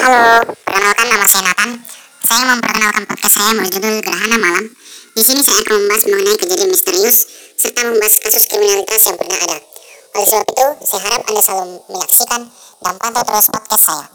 Halo, perkenalkan nama saya Nathan. Saya memperkenalkan podcast saya berjudul Gerhana Malam. Di sini saya akan membahas mengenai kejadian misterius serta membahas kasus kriminalitas yang pernah ada. Oleh sebab itu, saya harap Anda selalu menyaksikan dan pantau terus podcast saya.